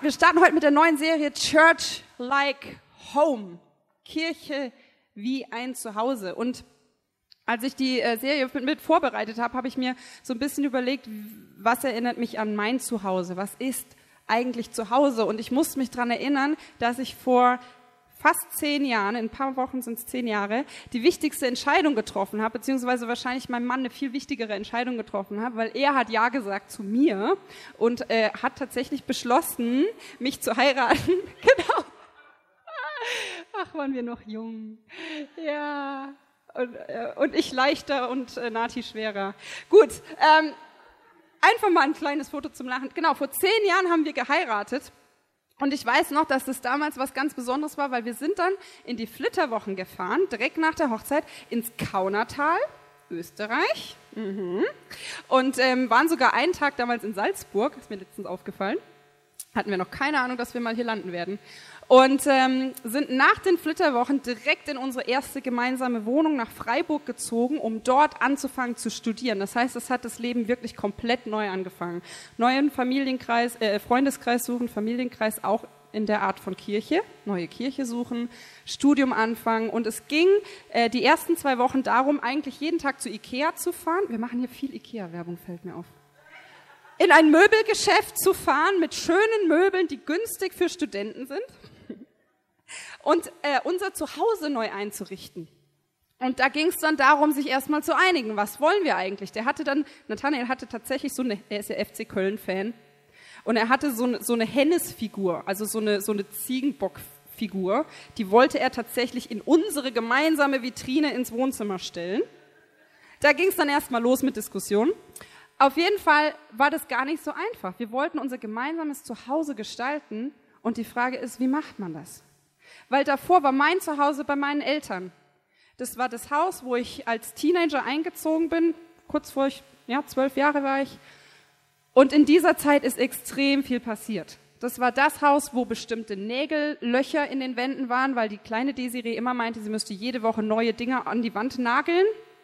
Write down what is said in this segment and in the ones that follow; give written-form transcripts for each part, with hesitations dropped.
Wir starten heute mit der neuen Serie Church Like Home. Kirche wie ein Zuhause. Und als ich die Serie mit vorbereitet habe, habe ich mir so ein bisschen überlegt, was erinnert mich an mein Zuhause? Was ist eigentlich Zuhause? Und ich musste mich daran erinnern, dass ich vor fast 10 Jahren, in ein paar Wochen sind es 10 Jahre, die wichtigste Entscheidung getroffen habe, beziehungsweise wahrscheinlich meinem Mann eine viel wichtigere Entscheidung getroffen habe, weil er hat Ja gesagt zu mir und hat tatsächlich beschlossen, mich zu heiraten. Genau. Ach, waren wir noch jung. Ja. Und ich leichter und Nati schwerer. Gut, einfach mal ein kleines Foto zum Lachen. Genau, vor 10 Jahren haben wir geheiratet. Und ich weiß noch, dass das damals was ganz Besonderes war, weil wir sind dann in die Flitterwochen gefahren, direkt nach der Hochzeit, ins Kaunertal, Österreich. Und waren sogar einen Tag damals in Salzburg, ist mir letztens aufgefallen. Hatten wir noch keine Ahnung, dass wir mal hier landen werden. Und sind nach den Flitterwochen direkt in unsere erste gemeinsame Wohnung nach Freiburg gezogen, um dort anzufangen zu studieren. Das heißt, es hat das Leben wirklich komplett neu angefangen. Neuen Familienkreis, Freundeskreis suchen, Familienkreis auch in der Art von Kirche, neue Kirche suchen, Studium anfangen. Und es ging die ersten 2 Wochen darum, eigentlich jeden Tag zu Ikea zu fahren. Wir machen hier viel Ikea-Werbung, fällt mir auf. In ein Möbelgeschäft zu fahren mit schönen Möbeln, die günstig für Studenten sind. Und unser Zuhause neu einzurichten. Und da ging es dann darum, sich erstmal zu einigen. Was wollen wir eigentlich? Nathanael hatte tatsächlich er ist ja FC Köln-Fan, und er hatte so eine Hennes-Figur, also so eine Ziegenbock-Figur, die wollte er tatsächlich in unsere gemeinsame Vitrine ins Wohnzimmer stellen. Da ging es dann erstmal los mit Diskussionen. Auf jeden Fall war das gar nicht so einfach. Wir wollten unser gemeinsames Zuhause gestalten, und die Frage ist, wie macht man das? Weil davor war mein Zuhause bei meinen Eltern. Das war das Haus, wo ich als Teenager eingezogen bin, kurz vor 12 Jahre war ich. Und in dieser Zeit ist extrem viel passiert. Das war das Haus, wo bestimmte Nägellöcher in den Wänden waren, weil die kleine Desiree immer meinte, sie müsste jede Woche neue Dinge an die Wand nageln.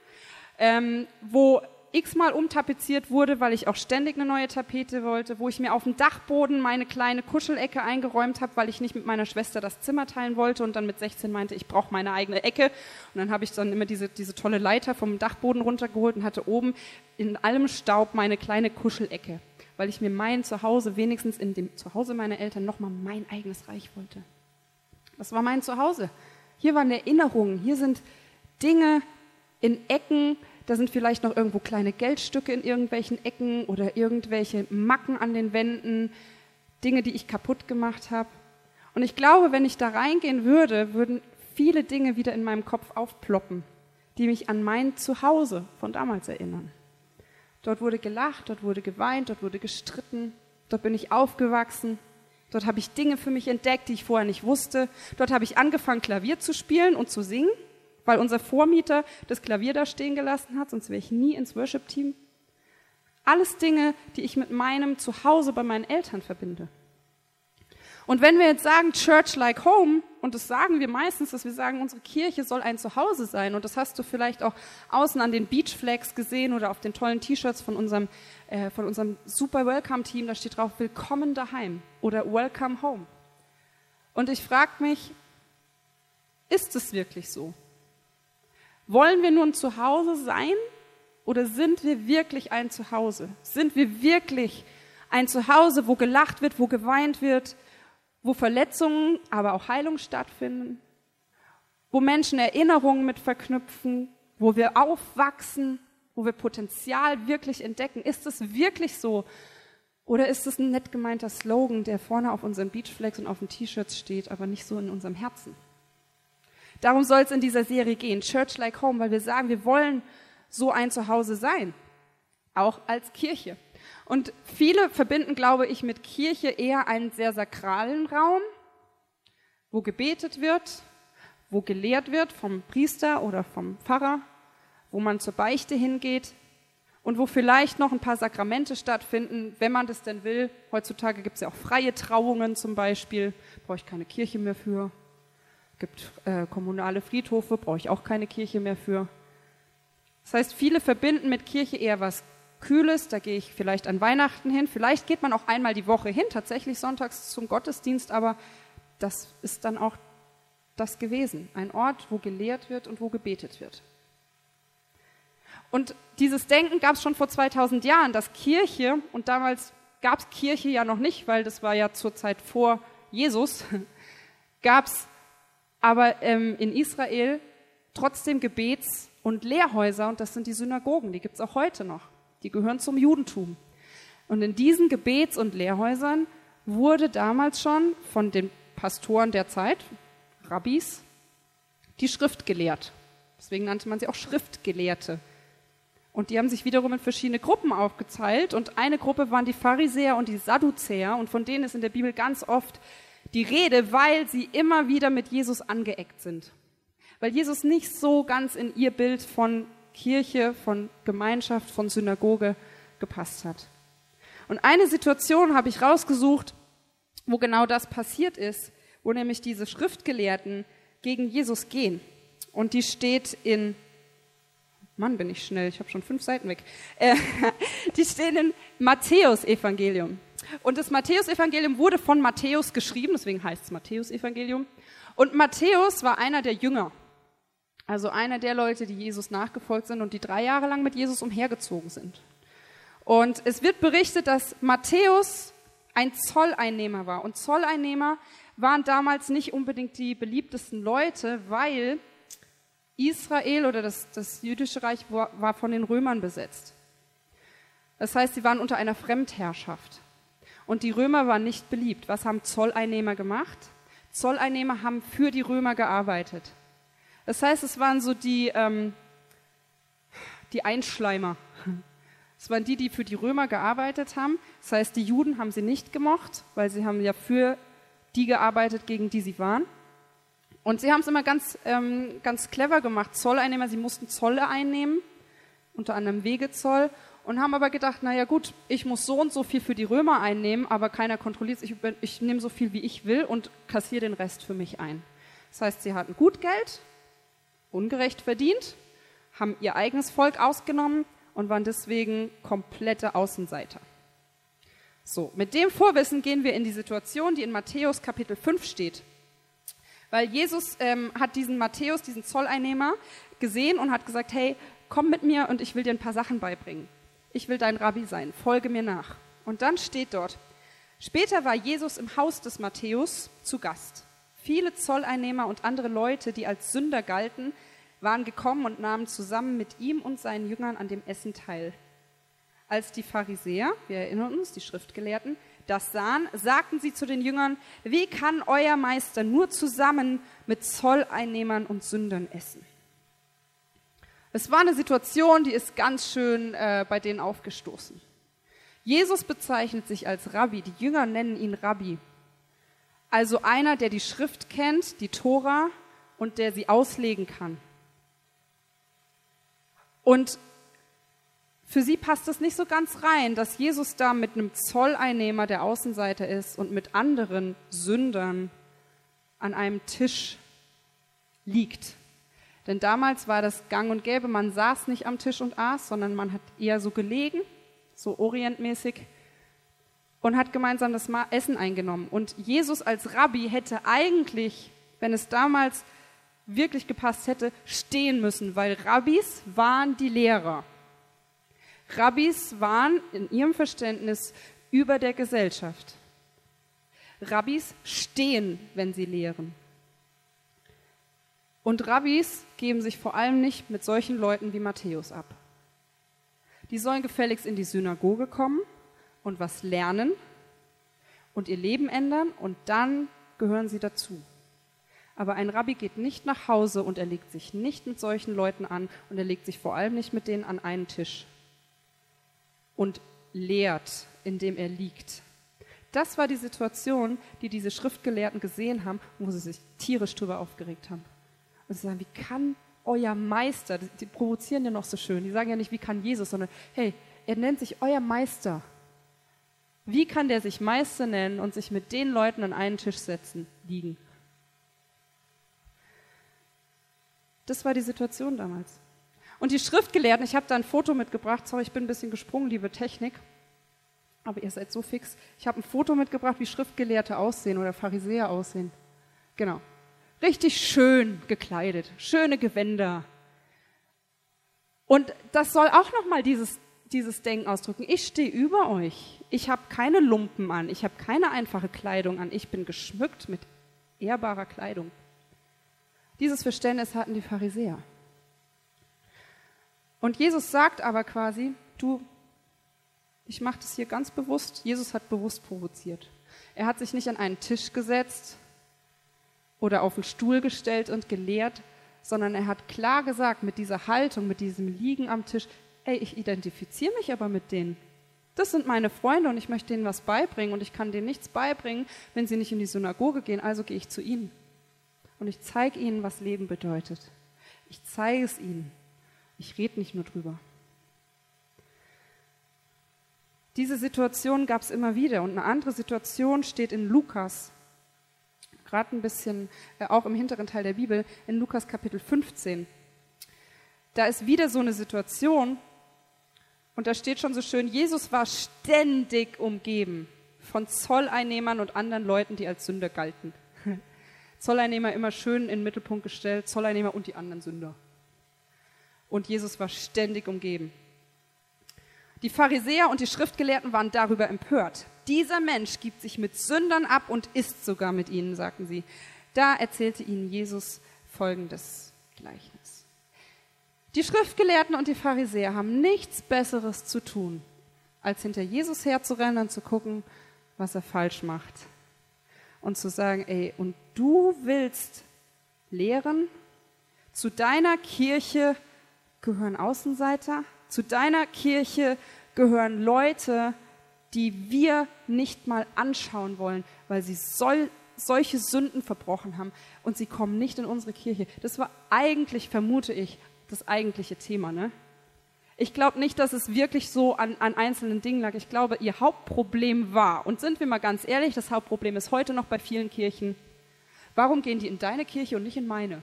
Wo x-mal umtapeziert wurde, weil ich auch ständig eine neue Tapete wollte, wo ich mir auf dem Dachboden meine kleine Kuschelecke eingeräumt habe, weil ich nicht mit meiner Schwester das Zimmer teilen wollte und dann mit 16 meinte, ich brauche meine eigene Ecke. Und dann habe ich dann immer diese tolle Leiter vom Dachboden runtergeholt und hatte oben in allem Staub meine kleine Kuschelecke, weil ich mir mein Zuhause, wenigstens in dem Zuhause meiner Eltern, nochmal mein eigenes Reich wollte. Das war mein Zuhause. Hier waren Erinnerungen, hier sind Dinge in Ecken. Da sind vielleicht noch irgendwo kleine Geldstücke in irgendwelchen Ecken oder irgendwelche Macken an den Wänden, Dinge, die ich kaputt gemacht habe. Und ich glaube, wenn ich da reingehen würde, würden viele Dinge wieder in meinem Kopf aufploppen, die mich an mein Zuhause von damals erinnern. Dort wurde gelacht, dort wurde geweint, dort wurde gestritten, dort bin ich aufgewachsen, dort habe ich Dinge für mich entdeckt, die ich vorher nicht wusste. Dort habe ich angefangen, Klavier zu spielen und zu singen, weil unser Vormieter das Klavier da stehen gelassen hat, sonst wäre ich nie ins Worship-Team. Alles Dinge, die ich mit meinem Zuhause bei meinen Eltern verbinde. Und wenn wir jetzt sagen, Church like home, und das sagen wir meistens, dass wir sagen, unsere Kirche soll ein Zuhause sein, und das hast du vielleicht auch außen an den Beach Flags gesehen oder auf den tollen T-Shirts von unserem Super Welcome-Team, da steht drauf, Willkommen daheim oder Welcome home. Und ich frage mich, ist es wirklich so? Wollen wir nur ein Zuhause sein oder sind wir wirklich ein Zuhause? Sind wir wirklich ein Zuhause, wo gelacht wird, wo geweint wird, wo Verletzungen, aber auch Heilung stattfinden, wo Menschen Erinnerungen mit verknüpfen, wo wir aufwachsen, wo wir Potenzial wirklich entdecken? Ist es wirklich so? Oder ist es ein nett gemeinter Slogan, der vorne auf unseren Beachflags und auf den T-Shirts steht, aber nicht so in unserem Herzen? Darum soll es in dieser Serie gehen, Church like home, weil wir sagen, wir wollen so ein Zuhause sein, auch als Kirche. Und viele verbinden, glaube ich, mit Kirche eher einen sehr sakralen Raum, wo gebetet wird, wo gelehrt wird vom Priester oder vom Pfarrer, wo man zur Beichte hingeht und wo vielleicht noch ein paar Sakramente stattfinden, wenn man das denn will. Heutzutage gibt es ja auch freie Trauungen zum Beispiel, brauche ich keine Kirche mehr für. Gibt kommunale Friedhöfe, brauche ich auch keine Kirche mehr für. Das heißt, viele verbinden mit Kirche eher was Kühles, da gehe ich vielleicht an Weihnachten hin. Vielleicht geht man auch einmal die Woche hin, tatsächlich sonntags zum Gottesdienst, aber das ist dann auch das gewesen. Ein Ort, wo gelehrt wird und wo gebetet wird. Und dieses Denken gab es schon vor 2000 Jahren, dass Kirche, und damals gab es Kirche ja noch nicht, weil das war ja zur Zeit vor Jesus, gab es aber in Israel trotzdem Gebets- und Lehrhäuser, und das sind die Synagogen, die gibt es auch heute noch. Die gehören zum Judentum. Und in diesen Gebets- und Lehrhäusern wurde damals schon von den Pastoren der Zeit, Rabbis, die Schrift gelehrt. Deswegen nannte man sie auch Schriftgelehrte. Und die haben sich wiederum in verschiedene Gruppen aufgeteilt. Und eine Gruppe waren die Pharisäer und die Sadduzäer. Und von denen ist in der Bibel ganz oft die Rede, weil sie immer wieder mit Jesus angeeckt sind. Weil Jesus nicht so ganz in ihr Bild von Kirche, von Gemeinschaft, von Synagoge gepasst hat. Und eine Situation habe ich rausgesucht, wo genau das passiert ist, wo nämlich diese Schriftgelehrten gegen Jesus gehen. Und die steht in, Mann, bin ich schnell, ich habe schon 5 Seiten weg. Die stehen in Matthäus-Evangelium. Und das Matthäus-Evangelium wurde von Matthäus geschrieben, deswegen heißt es Matthäus-Evangelium. Und Matthäus war einer der Jünger. Also einer der Leute, die Jesus nachgefolgt sind und die 3 Jahre lang mit Jesus umhergezogen sind. Und es wird berichtet, dass Matthäus ein Zolleinnehmer war. Und Zolleinnehmer waren damals nicht unbedingt die beliebtesten Leute, weil Israel oder das jüdische Reich war von den Römern besetzt. Das heißt, sie waren unter einer Fremdherrschaft. Und die Römer waren nicht beliebt. Was haben Zolleinnehmer gemacht? Zolleinnehmer haben für die Römer gearbeitet. Das heißt, es waren so die Einschleimer. Es waren die für die Römer gearbeitet haben. Das heißt, die Juden haben sie nicht gemocht, weil sie haben ja für die gearbeitet, gegen die sie waren. Und sie haben es immer ganz clever gemacht. Zolleinnehmer, sie mussten Zölle einnehmen, unter anderem Wegezoll, und haben aber gedacht, naja gut, ich muss so und so viel für die Römer einnehmen, aber keiner kontrolliert es. Ich nehme so viel, wie ich will und kassiere den Rest für mich ein. Das heißt, sie hatten gut Geld, ungerecht verdient, haben ihr eigenes Volk ausgenommen und waren deswegen komplette Außenseiter. So, mit dem Vorwissen gehen wir in die Situation, die in Matthäus Kapitel 5 steht. Weil Jesus hat diesen Matthäus, diesen Zolleinnehmer, gesehen und hat gesagt, hey, komm mit mir und ich will dir ein paar Sachen beibringen. Ich will dein Rabbi sein, folge mir nach. Und dann steht dort, später war Jesus im Haus des Matthäus zu Gast. Viele Zolleinnehmer und andere Leute, die als Sünder galten, waren gekommen und nahmen zusammen mit ihm und seinen Jüngern an dem Essen teil. Als die Pharisäer, wir erinnern uns, die Schriftgelehrten, das sahen, sagten sie zu den Jüngern, wie kann euer Meister nur zusammen mit Zolleinnehmern und Sündern essen? Es war eine Situation, die ist ganz schön bei denen aufgestoßen. Jesus bezeichnet sich als Rabbi, die Jünger nennen ihn Rabbi. Also einer, der die Schrift kennt, die Tora, und der sie auslegen kann. Und für sie passt es nicht so ganz rein, dass Jesus da mit einem Zolleinnehmer, der Außenseiter ist, und mit anderen Sündern an einem Tisch liegt. Denn damals war das gang und gäbe, man saß nicht am Tisch und aß, sondern man hat eher so gelegen, so orientmäßig, und hat gemeinsam das Essen eingenommen. Und Jesus als Rabbi hätte eigentlich, wenn es damals wirklich gepasst hätte, stehen müssen, weil Rabbis waren die Lehrer. Rabbis waren in ihrem Verständnis über der Gesellschaft. Rabbis stehen, wenn sie lehren. Und Rabbis geben sich vor allem nicht mit solchen Leuten wie Matthäus ab. Die sollen gefälligst in die Synagoge kommen und was lernen und ihr Leben ändern und dann gehören sie dazu. Aber ein Rabbi geht nicht nach Hause und er legt sich nicht mit solchen Leuten an und er legt sich vor allem nicht mit denen an einen Tisch und lehrt, indem er liegt. Das war die Situation, die diese Schriftgelehrten gesehen haben, wo sie sich tierisch drüber aufgeregt haben. Und sie sagen, wie kann euer Meister, die provozieren ja noch so schön, die sagen ja nicht, wie kann Jesus, sondern, hey, er nennt sich euer Meister. Wie kann der sich Meister nennen und sich mit den Leuten an einen Tisch setzen, liegen? Das war die Situation damals. Und die Schriftgelehrten, ich habe da ein Foto mitgebracht, sorry, ich bin ein bisschen gesprungen, liebe Technik, aber ihr seid so fix. Ich habe ein Foto mitgebracht, wie Schriftgelehrte aussehen oder Pharisäer aussehen. Genau. Richtig schön gekleidet, schöne Gewänder. Und das soll auch nochmal dieses Denken ausdrücken. Ich stehe über euch. Ich habe keine Lumpen an. Ich habe keine einfache Kleidung an. Ich bin geschmückt mit ehrbarer Kleidung. Dieses Verständnis hatten die Pharisäer. Und Jesus sagt aber quasi, ich mache das hier ganz bewusst. Jesus hat bewusst provoziert. Er hat sich nicht an einen Tisch gesetzt oder auf einen Stuhl gestellt und gelehrt, sondern er hat klar gesagt, mit dieser Haltung, mit diesem Liegen am Tisch, ey, ich identifiziere mich aber mit denen. Das sind meine Freunde und ich möchte denen was beibringen und ich kann denen nichts beibringen, wenn sie nicht in die Synagoge gehen, also gehe ich zu ihnen. Und ich zeige ihnen, was Leben bedeutet. Ich zeige es ihnen. Ich rede nicht nur drüber. Diese Situation gab es immer wieder und eine andere Situation steht in Lukas, gerade ein bisschen auch im hinteren Teil der Bibel, in Lukas Kapitel 15. Da ist wieder so eine Situation und da steht schon so schön, Jesus war ständig umgeben von Zolleinnehmern und anderen Leuten, die als Sünder galten. Zolleinnehmer immer schön in den Mittelpunkt gestellt, Zolleinnehmer und die anderen Sünder. Und Jesus war ständig umgeben. Die Pharisäer und die Schriftgelehrten waren darüber empört. Dieser Mensch gibt sich mit Sündern ab und isst sogar mit ihnen, sagten sie. Da erzählte ihnen Jesus folgendes Gleichnis. Die Schriftgelehrten und die Pharisäer haben nichts Besseres zu tun, als hinter Jesus herzurennen und zu gucken, was er falsch macht. Und zu sagen, ey, und du willst lehren? Zu deiner Kirche gehören Außenseiter? Zu deiner Kirche gehören Leute, die wir nicht mal anschauen wollen, weil sie solche Sünden verbrochen haben und sie kommen nicht in unsere Kirche. Das war eigentlich, vermute ich, das eigentliche Thema, ne? Ich glaube nicht, dass es wirklich so an einzelnen Dingen lag. Ich glaube, ihr Hauptproblem war, und sind wir mal ganz ehrlich, das Hauptproblem ist heute noch bei vielen Kirchen, warum gehen die in deine Kirche und nicht in meine?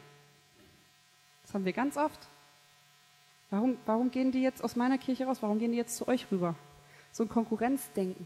Das haben wir ganz oft. Warum gehen die jetzt aus meiner Kirche raus? Warum gehen die jetzt zu euch rüber? So ein Konkurrenzdenken.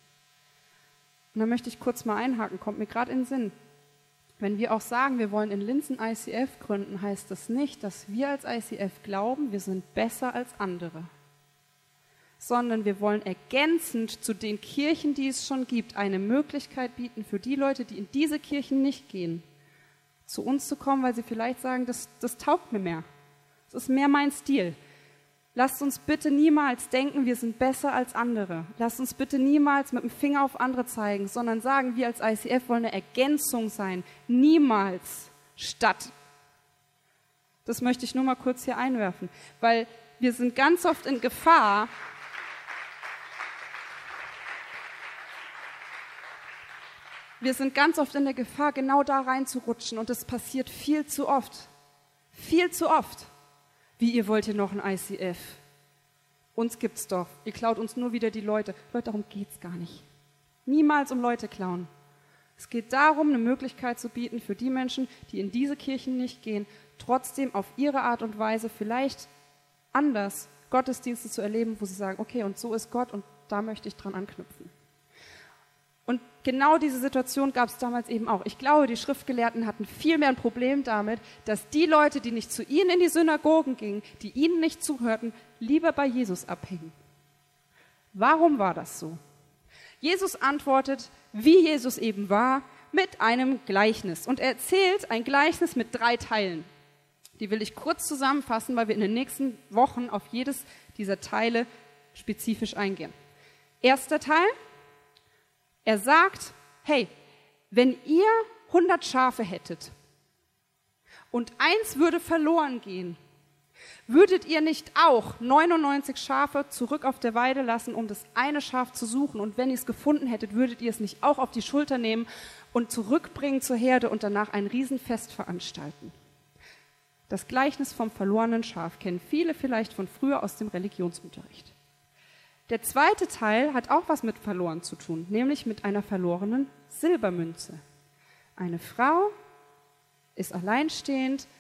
Und da möchte ich kurz mal einhaken, kommt mir gerade in den Sinn. Wenn wir auch sagen, wir wollen in Linz ein ICF gründen, heißt das nicht, dass wir als ICF glauben, wir sind besser als andere. Sondern wir wollen ergänzend zu den Kirchen, die es schon gibt, eine Möglichkeit bieten für die Leute, die in diese Kirchen nicht gehen, zu uns zu kommen, weil sie vielleicht sagen, das taugt mir mehr. Das ist mehr mein Stil. Lasst uns bitte niemals denken, wir sind besser als andere. Lasst uns bitte niemals mit dem Finger auf andere zeigen, sondern sagen, wir als ICF wollen eine Ergänzung sein, niemals statt. Das möchte ich nur mal kurz hier einwerfen, weil wir sind ganz oft in Gefahr, genau da reinzurutschen und das passiert viel zu oft. Viel zu oft. Wie, ihr wollt hier noch ein ICF? Uns gibt's doch. Ihr klaut uns nur wieder die Leute. Leute, darum geht's gar nicht. Niemals um Leute klauen. Es geht darum, eine Möglichkeit zu bieten für die Menschen, die in diese Kirchen nicht gehen, trotzdem auf ihre Art und Weise vielleicht anders Gottesdienste zu erleben, wo sie sagen, okay, und so ist Gott und da möchte ich dran anknüpfen. Und genau diese Situation gab es damals eben auch. Ich glaube, die Schriftgelehrten hatten viel mehr ein Problem damit, dass die Leute, die nicht zu ihnen in die Synagogen gingen, die ihnen nicht zuhörten, lieber bei Jesus abhängen. Warum war das so? Jesus antwortet, wie Jesus eben war, mit einem Gleichnis. Und er erzählt ein Gleichnis mit 3 Teilen. Die will ich kurz zusammenfassen, weil wir in den nächsten Wochen auf jedes dieser Teile spezifisch eingehen. Erster Teil. Er sagt, hey, wenn ihr 100 Schafe hättet und eins würde verloren gehen, würdet ihr nicht auch 99 Schafe zurück auf der Weide lassen, um das eine Schaf zu suchen? Und wenn ihr es gefunden hättet, würdet ihr es nicht auch auf die Schulter nehmen und zurückbringen zur Herde und danach ein Riesenfest veranstalten? Das Gleichnis vom verlorenen Schaf kennen viele vielleicht von früher aus dem Religionsunterricht. Der zweite Teil hat auch was mit verloren zu tun, nämlich mit einer verlorenen Silbermünze. Eine Frau ist alleinstehend,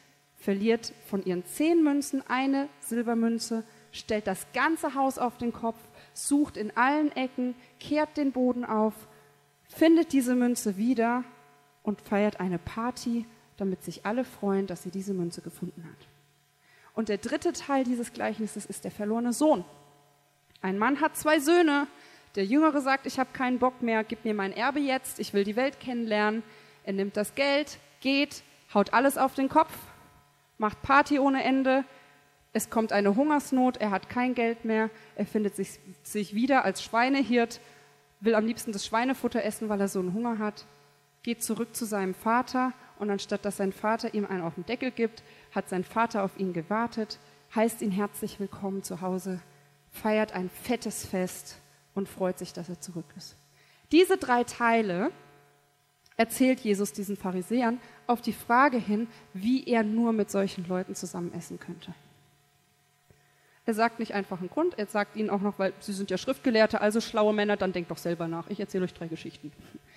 verliert von ihren 10 Münzen eine Silbermünze, stellt das ganze Haus auf den Kopf, sucht in allen Ecken, kehrt den Boden auf, findet diese Münze wieder und feiert eine Party, damit sich alle freuen, dass sie diese Münze gefunden hat. Und der dritte Teil dieses Gleichnisses ist der verlorene Sohn. Ein Mann hat 2 Söhne. Der Jüngere sagt, ich habe keinen Bock mehr, gib mir mein Erbe jetzt, ich will die Welt kennenlernen. Er nimmt das Geld, geht, haut alles auf den Kopf, macht Party ohne Ende. Es kommt eine Hungersnot, er hat kein Geld mehr, er findet sich wieder als Schweinehirt, will am liebsten das Schweinefutter essen, weil er so einen Hunger hat, geht zurück zu seinem Vater und anstatt dass sein Vater ihm einen auf den Deckel gibt, hat sein Vater auf ihn gewartet, heißt ihn herzlich willkommen zu Hause, feiert ein fettes Fest und freut sich, dass er zurück ist. Diese 3 Teile erzählt Jesus diesen Pharisäern auf die Frage hin, wie er nur mit solchen Leuten zusammen essen könnte. Er sagt nicht einfach einen Grund, er sagt ihnen auch noch, weil sie sind ja Schriftgelehrte, also schlaue Männer, dann denkt doch selber nach. Ich erzähle euch 3 Geschichten.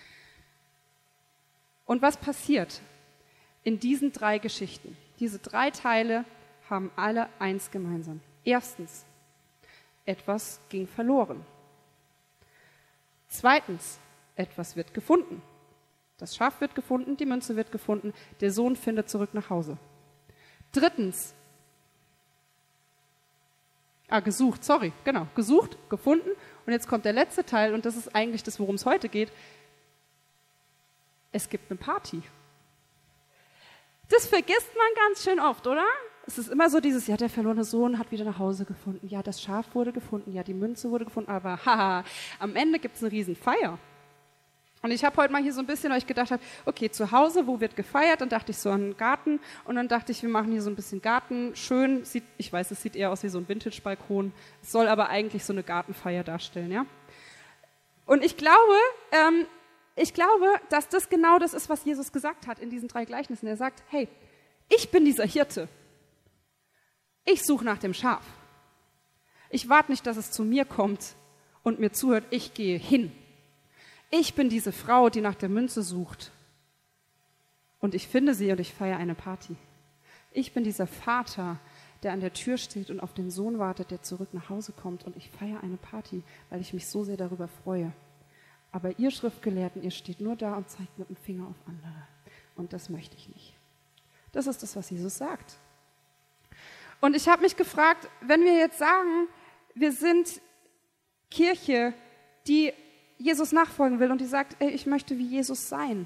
Und was passiert in diesen 3 Geschichten? Diese 3 Teile haben alle eins gemeinsam. Erstens, etwas ging verloren. Zweitens, etwas wird gefunden. Das Schaf wird gefunden, die Münze wird gefunden, der Sohn findet zurück nach Hause. Drittens, gesucht, gefunden. Und jetzt kommt der letzte Teil und das ist eigentlich das, worum es heute geht. Es gibt eine Party. Das vergisst man ganz schön oft, oder? Es ist immer so dieses, ja, der verlorene Sohn hat wieder nach Hause gefunden, ja, das Schaf wurde gefunden, ja, die Münze wurde gefunden, aber haha, am Ende gibt es eine Riesenfeier. Und ich habe heute mal hier so ein bisschen, weil ich gedacht habe, okay, zu Hause, wo wird gefeiert? Dann dachte ich so an den Garten und dann dachte ich, wir machen hier so ein bisschen Garten, schön, ich weiß, es sieht eher aus wie so ein Vintage-Balkon, es soll aber eigentlich so eine Gartenfeier darstellen, ja. Und ich glaube, dass das genau das ist, was Jesus gesagt hat in diesen 3 Gleichnissen. Er sagt, hey, ich bin dieser Hirte. Ich suche nach dem Schaf. Ich warte nicht, dass es zu mir kommt und mir zuhört, ich gehe hin. Ich bin diese Frau, die nach der Münze sucht. Und ich finde sie und ich feiere eine Party. Ich bin dieser Vater, der an der Tür steht und auf den Sohn wartet, der zurück nach Hause kommt. Und ich feiere eine Party, weil ich mich so sehr darüber freue. Aber ihr Schriftgelehrten, ihr steht nur da und zeigt mit dem Finger auf andere. Und das möchte ich nicht. Das ist das, was Jesus sagt. Und ich habe mich gefragt, wenn wir jetzt sagen, wir sind Kirche, die Jesus nachfolgen will und die sagt, ey, ich möchte wie Jesus sein.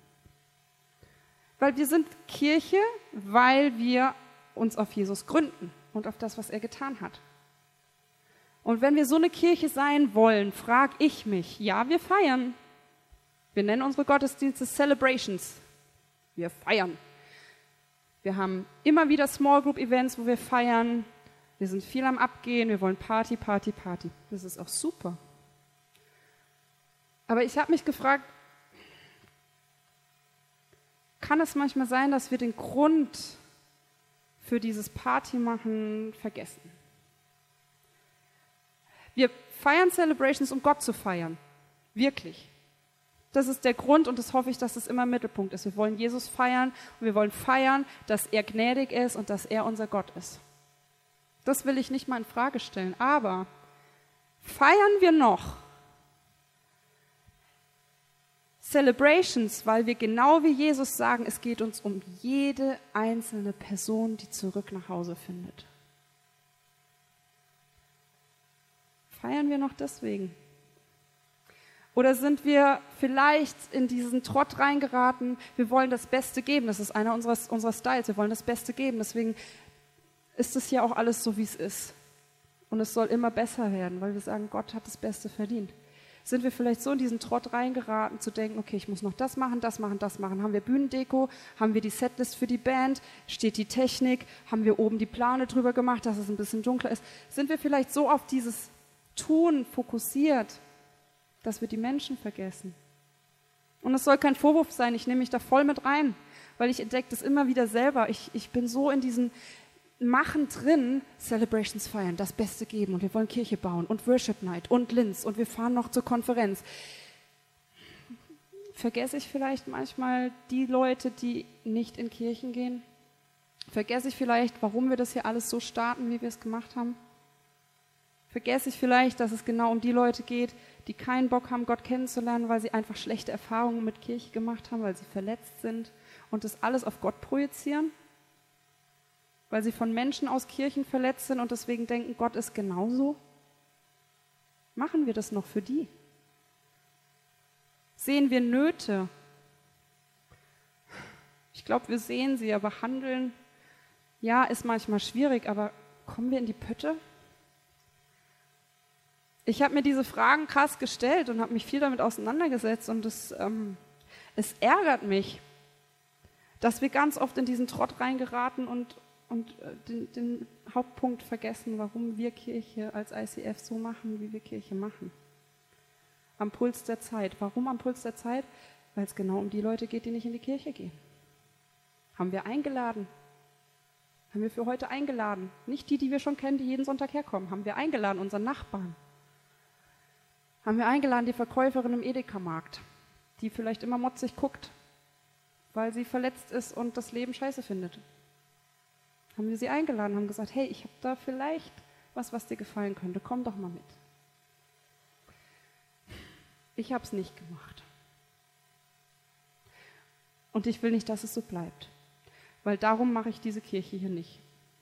Weil wir sind Kirche, weil wir uns auf Jesus gründen und auf das, was er getan hat. Und wenn wir so eine Kirche sein wollen, frage ich mich, ja, wir feiern. Wir nennen unsere Gottesdienste Celebrations. Wir feiern. Wir haben immer wieder Small Group Events, wo wir feiern. Wir sind viel am Abgehen, wir wollen Party, Party, Party. Das ist auch super. Aber ich habe mich gefragt, kann es manchmal sein, dass wir den Grund für dieses Partymachen vergessen? Wir feiern Celebrations, um Gott zu feiern. Wirklich. Das ist der Grund und das hoffe ich, dass das immer im Mittelpunkt ist. Wir wollen Jesus feiern und wir wollen feiern, dass er gnädig ist und dass er unser Gott ist. Das will ich nicht mal in Frage stellen. Aber feiern wir noch Celebrations, weil wir genau wie Jesus sagen, es geht uns um jede einzelne Person, die zurück nach Hause findet. Feiern wir noch deswegen? Oder sind wir vielleicht in diesen Trott reingeraten, wir wollen das Beste geben, das ist einer unserer Styles, wir wollen das Beste geben, deswegen ist es hier auch alles so, wie es ist. Und es soll immer besser werden, weil wir sagen, Gott hat das Beste verdient. Sind wir vielleicht so in diesen Trott reingeraten, zu denken, okay, ich muss noch das machen, das machen, das machen. Haben wir Bühnendeko? Haben wir die Setlist für die Band? Steht die Technik? Haben wir oben die Plane drüber gemacht, dass es ein bisschen dunkler ist? Sind wir vielleicht so auf dieses Tun fokussiert, dass wir die Menschen vergessen? Und es soll kein Vorwurf sein, ich nehme mich da voll mit rein, weil ich entdecke das immer wieder selber. Ich bin so in diesen Machen drin, Celebrations feiern, das Beste geben und wir wollen Kirche bauen und Worship Night und Linz und wir fahren noch zur Konferenz. Vergesse ich vielleicht manchmal die Leute, die nicht in Kirchen gehen? Vergesse ich vielleicht, warum wir das hier alles so starten, wie wir es gemacht haben? Vergesse ich vielleicht, dass es genau um die Leute geht, die keinen Bock haben, Gott kennenzulernen, weil sie einfach schlechte Erfahrungen mit Kirche gemacht haben, weil sie verletzt sind und das alles auf Gott projizieren? Weil sie von Menschen aus Kirchen verletzt sind und deswegen denken, Gott ist genauso? Machen wir das noch für die? Sehen wir Nöte? Ich glaube, wir sehen sie, aber handeln, ja, ist manchmal schwierig, aber kommen wir in die Pötte? Ich habe mir diese Fragen krass gestellt und habe mich viel damit auseinandergesetzt und es ärgert mich, dass wir ganz oft in diesen Trott reingeraten und den Hauptpunkt vergessen, warum wir Kirche als ICF so machen, wie wir Kirche machen. Am Puls der Zeit. Warum am Puls der Zeit? Weil es genau um die Leute geht, die nicht in die Kirche gehen. Haben wir eingeladen? Haben wir für heute eingeladen? Nicht die, die wir schon kennen, die jeden Sonntag herkommen. Haben wir eingeladen, unseren Nachbarn? Haben wir eingeladen, die Verkäuferin im Edeka-Markt, die vielleicht immer motzig guckt, weil sie verletzt ist und das Leben scheiße findet? Haben wir sie eingeladen, haben gesagt, hey, ich habe da vielleicht was dir gefallen könnte, komm doch mal mit. Ich habe es nicht gemacht. Und ich will nicht, dass es so bleibt, weil darum mache ich diese Kirche hier nicht.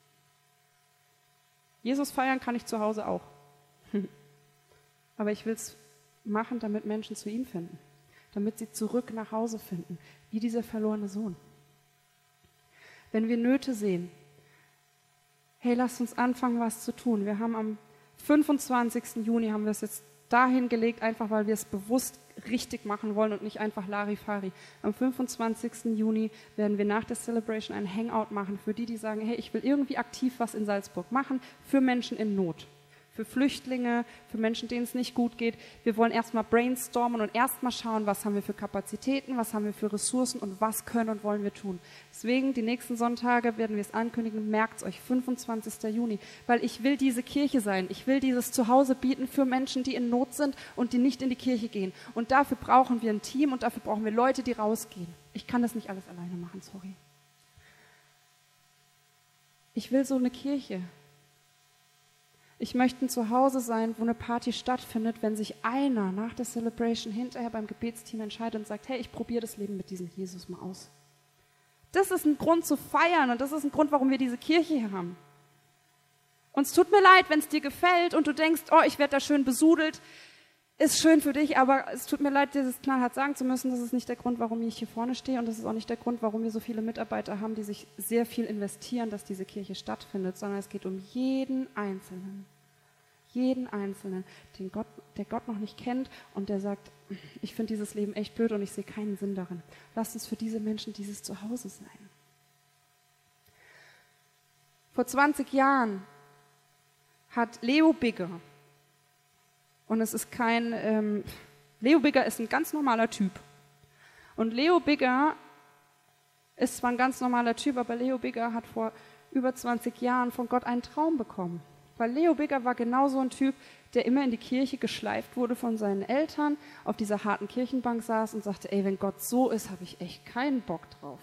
Jesus feiern kann ich zu Hause auch. Aber ich will es machen, damit Menschen zu ihm finden, damit sie zurück nach Hause finden, wie dieser verlorene Sohn. Wenn wir Nöte sehen, hey, lasst uns anfangen, was zu tun. Wir haben am 25. Juni, haben wir es jetzt dahin gelegt, einfach weil wir es bewusst richtig machen wollen und nicht einfach Larifari. Am 25. Juni werden wir nach der Celebration ein Hangout machen für die, die sagen, hey, ich will irgendwie aktiv was in Salzburg machen für Menschen in Not. Für Flüchtlinge, für Menschen, denen es nicht gut geht. Wir wollen erstmal brainstormen und erstmal schauen, was haben wir für Kapazitäten, was haben wir für Ressourcen und was können und wollen wir tun. Deswegen, die nächsten Sonntage werden wir es ankündigen, merkt es euch, 25. Juni, weil ich will diese Kirche sein. Ich will dieses Zuhause bieten für Menschen, die in Not sind und die nicht in die Kirche gehen. Und dafür brauchen wir ein Team und dafür brauchen wir Leute, die rausgehen. Ich kann das nicht alles alleine machen, sorry. Ich will so eine Kirche. Ich möchte ein Zuhause sein, wo eine Party stattfindet, wenn sich einer nach der Celebration hinterher beim Gebetsteam entscheidet und sagt, hey, ich probiere das Leben mit diesem Jesus mal aus. Das ist ein Grund zu feiern und das ist ein Grund, warum wir diese Kirche hier haben. Und es tut mir leid, wenn es dir gefällt und du denkst, oh, ich werde da schön besudelt. Ist schön für dich, aber es tut mir leid, dir das knallhart sagen zu müssen. Das ist nicht der Grund, warum ich hier vorne stehe und das ist auch nicht der Grund, warum wir so viele Mitarbeiter haben, die sich sehr viel investieren, dass diese Kirche stattfindet, sondern es geht um jeden Einzelnen. Jeden Einzelnen, der Gott noch nicht kennt und der sagt, ich finde dieses Leben echt blöd und ich sehe keinen Sinn darin. Lasst uns für diese Menschen dieses Zuhause sein. Vor 20 Jahren hat Leo Bigger, und es ist Leo Bigger ist ein ganz normaler Typ. Und Leo Bigger ist zwar ein ganz normaler Typ, aber Leo Bigger hat vor über 20 Jahren von Gott einen Traum bekommen. Weil Leo Bigger war genauso ein Typ, der immer in die Kirche geschleift wurde von seinen Eltern, auf dieser harten Kirchenbank saß und sagte, ey, wenn Gott so ist, habe ich echt keinen Bock drauf.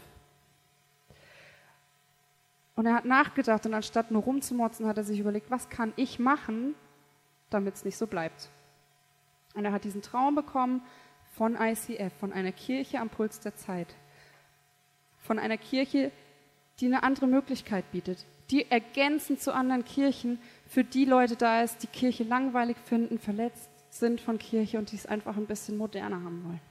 Und er hat nachgedacht und anstatt nur rumzumotzen, hat er sich überlegt, was kann ich machen, damit es nicht so bleibt. Und er hat diesen Traum bekommen von ICF, von einer Kirche am Puls der Zeit. Von einer Kirche, die eine andere Möglichkeit bietet, die ergänzend zu anderen Kirchen für die Leute da ist, die Kirche langweilig finden, verletzt sind von Kirche und die es einfach ein bisschen moderner haben wollen.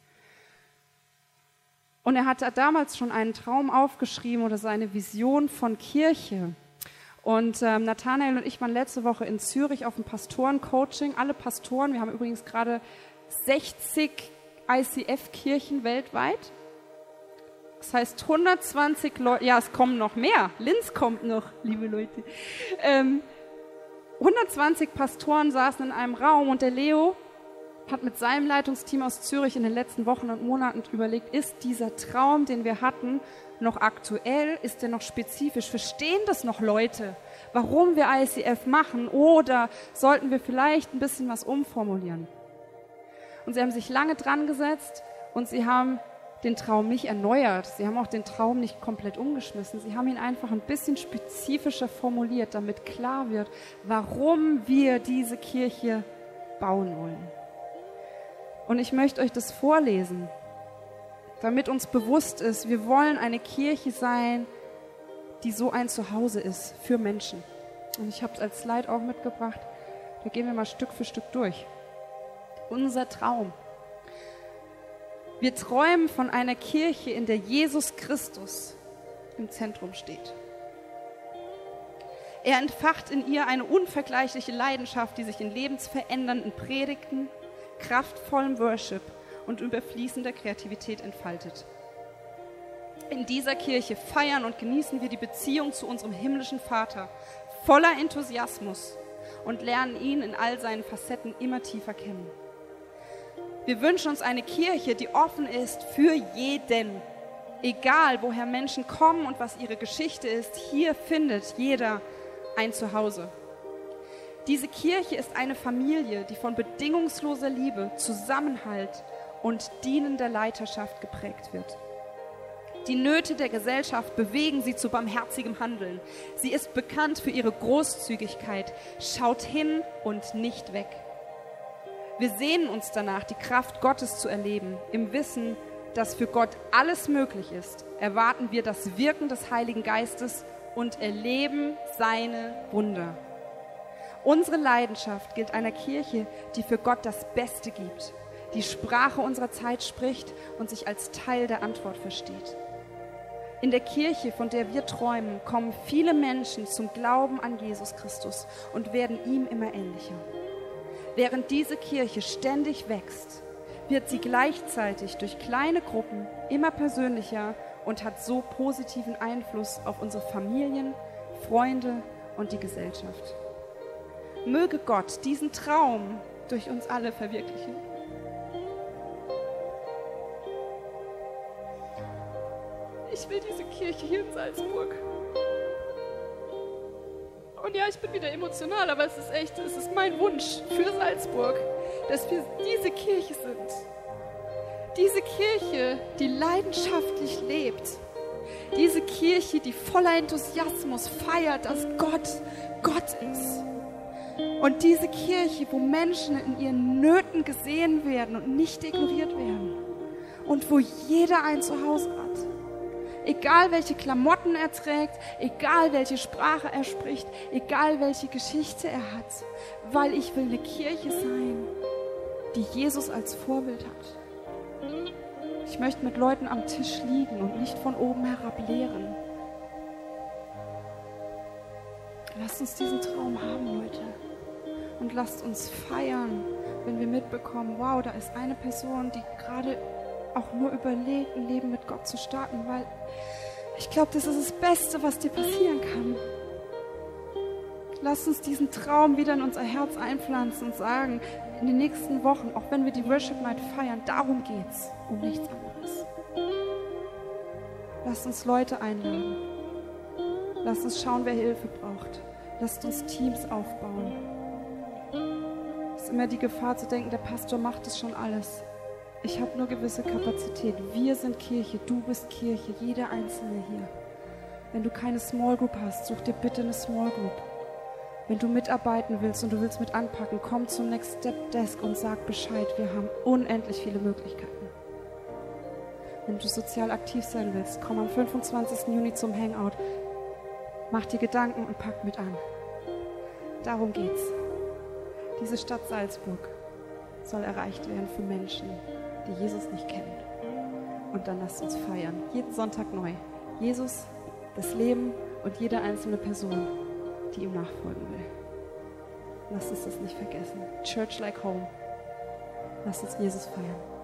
Und er hatte damals schon einen Traum aufgeschrieben oder seine Vision von Kirche. Und Nathanael und ich waren letzte Woche in Zürich auf dem Pastoren-Coaching. Alle Pastoren, wir haben übrigens gerade 60 ICF-Kirchen weltweit. Das heißt 120 Leute, ja, es kommen noch mehr. Linz kommt noch, liebe Leute. 120 Pastoren saßen in einem Raum und der Leo hat mit seinem Leitungsteam aus Zürich in den letzten Wochen und Monaten überlegt, ist dieser Traum, den wir hatten, noch aktuell? Ist der noch spezifisch? Verstehen das noch Leute, warum wir ICF machen? Oder sollten wir vielleicht ein bisschen was umformulieren? Und sie haben sich lange dran gesetzt und sie haben den Traum nicht erneuert. Sie haben auch den Traum nicht komplett umgeschmissen. Sie haben ihn einfach ein bisschen spezifischer formuliert, damit klar wird, warum wir diese Kirche bauen wollen. Und ich möchte euch das vorlesen, damit uns bewusst ist, wir wollen eine Kirche sein, die so ein Zuhause ist für Menschen. Und ich habe es als Slide auch mitgebracht. Da gehen wir mal Stück für Stück durch. Unser Traum. Wir träumen von einer Kirche, in der Jesus Christus im Zentrum steht. Er entfacht in ihr eine unvergleichliche Leidenschaft, die sich in lebensverändernden Predigten, kraftvollem Worship und überfließender Kreativität entfaltet. In dieser Kirche feiern und genießen wir die Beziehung zu unserem himmlischen Vater voller Enthusiasmus und lernen ihn in all seinen Facetten immer tiefer kennen. Wir wünschen uns eine Kirche, die offen ist für jeden. Egal, woher Menschen kommen und was ihre Geschichte ist, hier findet jeder ein Zuhause. Diese Kirche ist eine Familie, die von bedingungsloser Liebe, Zusammenhalt und dienender Leiterschaft geprägt wird. Die Nöte der Gesellschaft bewegen sie zu barmherzigem Handeln. Sie ist bekannt für ihre Großzügigkeit, schaut hin und nicht weg. Wir sehnen uns danach, die Kraft Gottes zu erleben. Im Wissen, dass für Gott alles möglich ist, erwarten wir das Wirken des Heiligen Geistes und erleben seine Wunder. Unsere Leidenschaft gilt einer Kirche, die für Gott das Beste gibt, die Sprache unserer Zeit spricht und sich als Teil der Antwort versteht. In der Kirche, von der wir träumen, kommen viele Menschen zum Glauben an Jesus Christus und werden ihm immer ähnlicher. Während diese Kirche ständig wächst, wird sie gleichzeitig durch kleine Gruppen immer persönlicher und hat so positiven Einfluss auf unsere Familien, Freunde und die Gesellschaft. Möge Gott diesen Traum durch uns alle verwirklichen. Ich will diese Kirche hier in Salzburg. Und ja, ich bin wieder emotional, aber es ist mein Wunsch für Salzburg, dass wir diese Kirche sind. Diese Kirche, die leidenschaftlich lebt. Diese Kirche, die voller Enthusiasmus feiert, dass Gott Gott ist. Und diese Kirche, wo Menschen in ihren Nöten gesehen werden und nicht ignoriert werden. Und wo jeder ein Zuhause hat. Egal welche Klamotten er trägt, egal welche Sprache er spricht, egal welche Geschichte er hat. Weil ich will eine Kirche sein, die Jesus als Vorbild hat. Ich möchte mit Leuten am Tisch liegen und nicht von oben herab lehren. Lasst uns diesen Traum haben, Leute. Und lasst uns feiern, wenn wir mitbekommen, wow, da ist eine Person, die gerade auch nur überlegt, ein Leben mit Gott zu starten, weil ich glaube, das ist das Beste, was dir passieren kann. Lasst uns diesen Traum wieder in unser Herz einpflanzen und sagen, in den nächsten Wochen, auch wenn wir die Worship Night feiern, darum geht's, um nichts anderes. Lasst uns Leute einladen. Lasst uns schauen, wer Hilfe braucht. Lasst uns Teams aufbauen. Es ist immer die Gefahr zu denken, der Pastor macht das schon alles. Ich habe nur gewisse Kapazität. Wir sind Kirche, du bist Kirche, jeder Einzelne hier. Wenn du keine Small Group hast, such dir bitte eine Small Group. Wenn du mitarbeiten willst und du willst mit anpacken, komm zum Next Step Desk und sag Bescheid. Wir haben unendlich viele Möglichkeiten. Wenn du sozial aktiv sein willst, komm am 25. Juni zum Hangout. Mach dir Gedanken und pack mit an. Darum geht's. Diese Stadt Salzburg soll erreicht werden für Menschen, die Jesus nicht kennen. Und dann lasst uns feiern. Jeden Sonntag neu. Jesus, das Leben und jede einzelne Person, die ihm nachfolgen will. Lasst uns das nicht vergessen. Church like home. Lasst uns Jesus feiern.